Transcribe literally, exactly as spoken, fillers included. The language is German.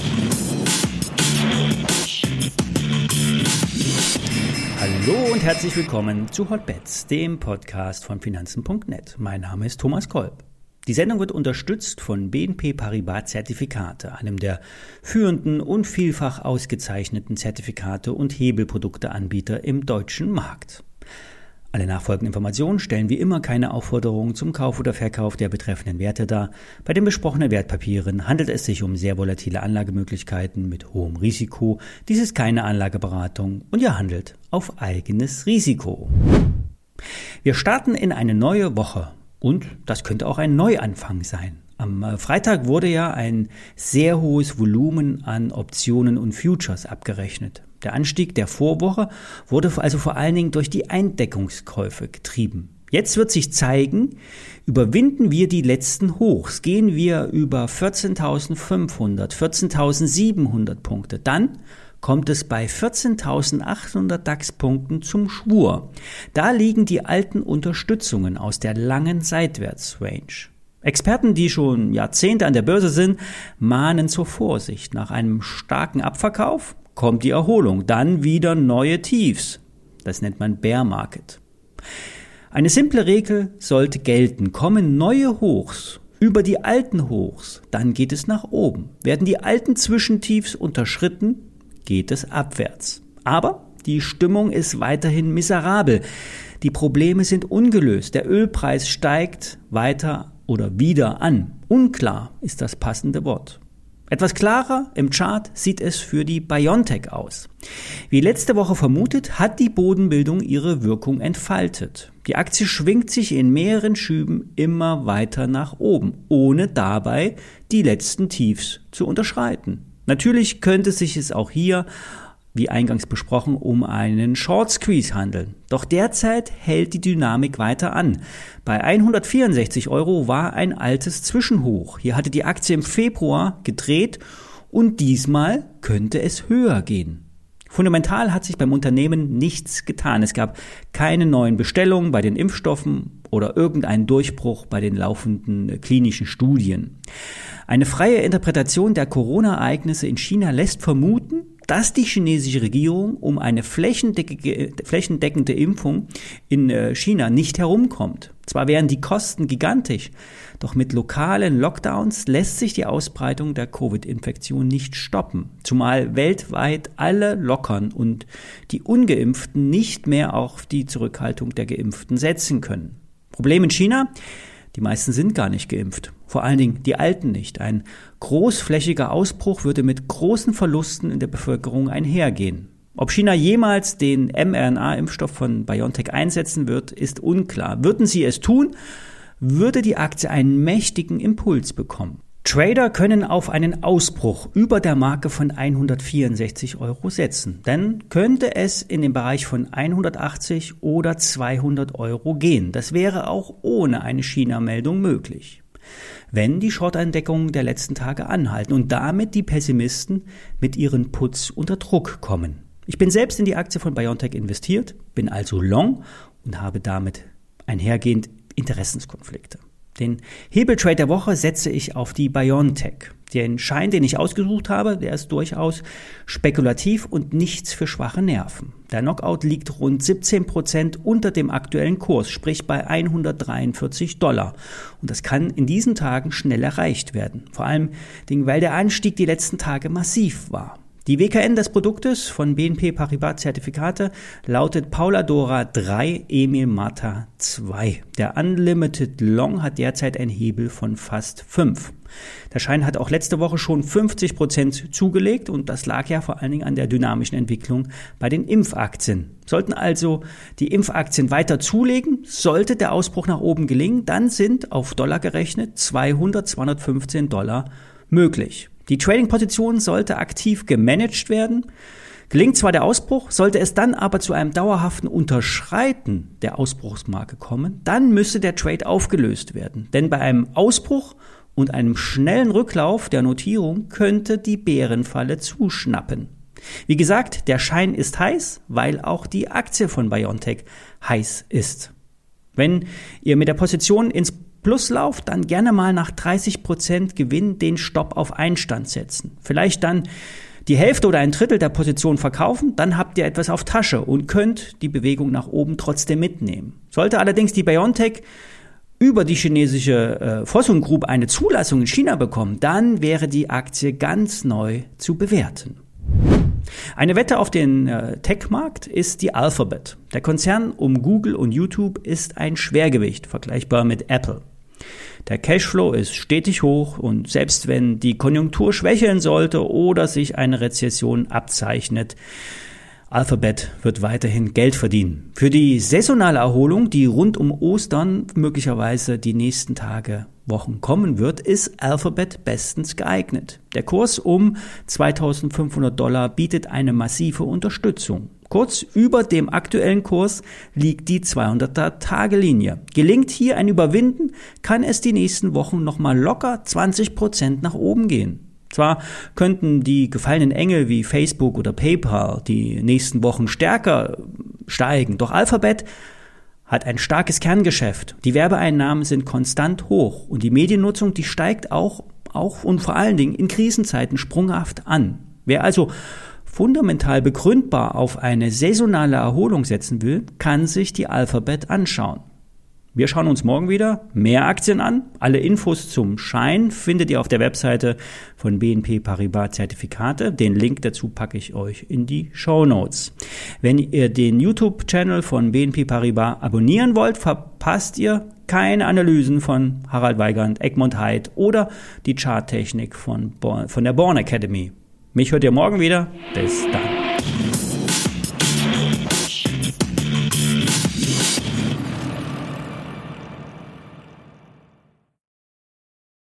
Hallo und herzlich willkommen zu Hotbets, dem Podcast von Finanzen punkt net. Mein Name ist Thomas Kolb. Die Sendung wird unterstützt von B N P Paribas Zertifikate, einem der führenden und vielfach ausgezeichneten Zertifikate- und Hebelprodukteanbieter im deutschen Markt. Alle nachfolgenden Informationen stellen wie immer keine Aufforderung zum Kauf oder Verkauf der betreffenden Werte dar. Bei den besprochenen Wertpapieren handelt es sich um sehr volatile Anlagemöglichkeiten mit hohem Risiko. Dies ist keine Anlageberatung und ihr handelt auf eigenes Risiko. Wir starten in eine neue Woche und das könnte auch ein Neuanfang sein. Am Freitag wurde ja ein sehr hohes Volumen an Optionen und Futures abgerechnet. Der Anstieg der Vorwoche wurde also vor allen Dingen durch die Eindeckungskäufe getrieben. Jetzt wird sich zeigen, überwinden wir die letzten Hochs, gehen wir über vierzehntausendfünfhundert, vierzehntausendsiebenhundert Punkte, dann kommt es bei vierzehntausendachthundert DAX-Punkten zum Schwur. Da liegen die alten Unterstützungen aus der langen Seitwärtsrange. Experten, die schon Jahrzehnte an der Börse sind, mahnen zur Vorsicht. Nach einem starken Abverkauf kommt die Erholung, dann wieder neue Tiefs. Das nennt man Bear Market. Eine simple Regel sollte gelten. Kommen neue Hochs über die alten Hochs, dann geht es nach oben. Werden die alten Zwischentiefs unterschritten, geht es abwärts. Aber die Stimmung ist weiterhin miserabel. Die Probleme sind ungelöst. Der Ölpreis steigt weiter oder wieder an. Unklar ist das passende Wort. Etwas klarer im Chart sieht es für die BioNTech aus. Wie letzte Woche vermutet, hat die Bodenbildung ihre Wirkung entfaltet. Die Aktie schwingt sich in mehreren Schüben immer weiter nach oben, ohne dabei die letzten Tiefs zu unterschreiten. Natürlich könnte sich es auch hier, wie eingangs besprochen, um einen Short Squeeze handeln. Doch derzeit hält die Dynamik weiter an. Bei hundertvierundsechzig Euro war ein altes Zwischenhoch. Hier hatte die Aktie im Februar gedreht und diesmal könnte es höher gehen. Fundamental hat sich beim Unternehmen nichts getan. Es gab keine neuen Bestellungen bei den Impfstoffen oder irgendeinen Durchbruch bei den laufenden klinischen Studien. Eine freie Interpretation der Corona-Ereignisse in China lässt vermuten, dass die chinesische Regierung um eine flächendeckende Impfung in China nicht herumkommt. Zwar wären die Kosten gigantisch, doch mit lokalen Lockdowns lässt sich die Ausbreitung der Covid-Infektion nicht stoppen, zumal weltweit alle lockern und die Ungeimpften nicht mehr auf die Zurückhaltung der Geimpften setzen können. Problem in China? Die meisten sind gar nicht geimpft. Vor allen Dingen die Alten nicht. Ein großflächiger Ausbruch würde mit großen Verlusten in der Bevölkerung einhergehen. Ob China jemals den mRNA-Impfstoff von BioNTech einsetzen wird, ist unklar. Würden sie es tun, würde die Aktie einen mächtigen Impuls bekommen. Trader können auf einen Ausbruch über der Marke von hundertvierundsechzig Euro setzen. Dann könnte es in den Bereich von hundertachtzig oder zweihundert Euro gehen. Das wäre auch ohne eine China-Meldung möglich, wenn die Short-Eindeckungen der letzten Tage anhalten und damit die Pessimisten mit ihren Puts unter Druck kommen. Ich bin selbst in die Aktie von BioNTech investiert, bin also long und habe damit einhergehend Interessenskonflikte. Den Hebeltrade der Woche setze ich auf die BioNTech. Den Schein, den ich ausgesucht habe, der ist durchaus spekulativ und nichts für schwache Nerven. Der Knockout liegt rund siebzehn Prozent unter dem aktuellen Kurs, sprich bei hundertdreiundvierzig Dollar. Und das kann in diesen Tagen schnell erreicht werden. Vor allem, weil der Anstieg die letzten Tage massiv war. Die W K N des Produktes von B N P Paribas Zertifikate lautet Pauladora drei Emil Martha zwei. Der Unlimited Long hat derzeit einen Hebel von fast fünf. Der Schein hat auch letzte Woche schon fünfzig Prozent zugelegt und das lag ja vor allen Dingen an der dynamischen Entwicklung bei den Impfaktien. Sollten also die Impfaktien weiter zulegen, sollte der Ausbruch nach oben gelingen, dann sind auf Dollar gerechnet zweihundert, zweihundertfünfzehn Dollar möglich. Die Trading-Position sollte aktiv gemanagt werden. Gelingt zwar der Ausbruch, sollte es dann aber zu einem dauerhaften Unterschreiten der Ausbruchsmarke kommen, dann müsste der Trade aufgelöst werden. Denn bei einem Ausbruch und einem schnellen Rücklauf der Notierung könnte die Bärenfalle zuschnappen. Wie gesagt, der Schein ist heiß, weil auch die Aktie von BioNTech heiß ist. Wenn ihr mit der Position ins Pluslauf, dann gerne mal nach dreißig Prozent Gewinn den Stopp auf Einstand setzen. Vielleicht dann die Hälfte oder ein Drittel der Position verkaufen, dann habt ihr etwas auf Tasche und könnt die Bewegung nach oben trotzdem mitnehmen. Sollte allerdings die BioNTech über die chinesische äh, Fosun Group eine Zulassung in China bekommen, dann wäre die Aktie ganz neu zu bewerten. Eine Wette auf den äh, Tech-Markt ist die Alphabet. Der Konzern um Google und YouTube ist ein Schwergewicht, vergleichbar mit Apple. Der Cashflow ist stetig hoch und selbst wenn die Konjunktur schwächeln sollte oder sich eine Rezession abzeichnet, Alphabet wird weiterhin Geld verdienen. Für die saisonale Erholung, die rund um Ostern möglicherweise die nächsten Tage, Wochen kommen wird, ist Alphabet bestens geeignet. Der Kurs um zweitausendfünfhundert Dollar bietet eine massive Unterstützung. Kurz über dem aktuellen Kurs liegt die zweihundert-Tage-Linie. Gelingt hier ein Überwinden, kann es die nächsten Wochen nochmal locker zwanzig Prozent nach oben gehen. Zwar könnten die gefallenen Engel wie Facebook oder PayPal die nächsten Wochen stärker steigen, doch Alphabet hat ein starkes Kerngeschäft. Die Werbeeinnahmen sind konstant hoch und die Mediennutzung, die steigt auch, auch und vor allen Dingen in Krisenzeiten sprunghaft an. Wer also fundamental begründbar auf eine saisonale Erholung setzen will, kann sich die Alphabet anschauen. Wir schauen uns morgen wieder mehr Aktien an. Alle Infos zum Schein findet ihr auf der Webseite von B N P Paribas Zertifikate. Den Link dazu packe ich euch in die Shownotes. Wenn ihr den YouTube-Channel von B N P Paribas abonnieren wollt, verpasst ihr keine Analysen von Harald Weigand, Egmont Heid oder die Charttechnik von, von der Born Academy. Mich hört ihr morgen wieder. Bis dann.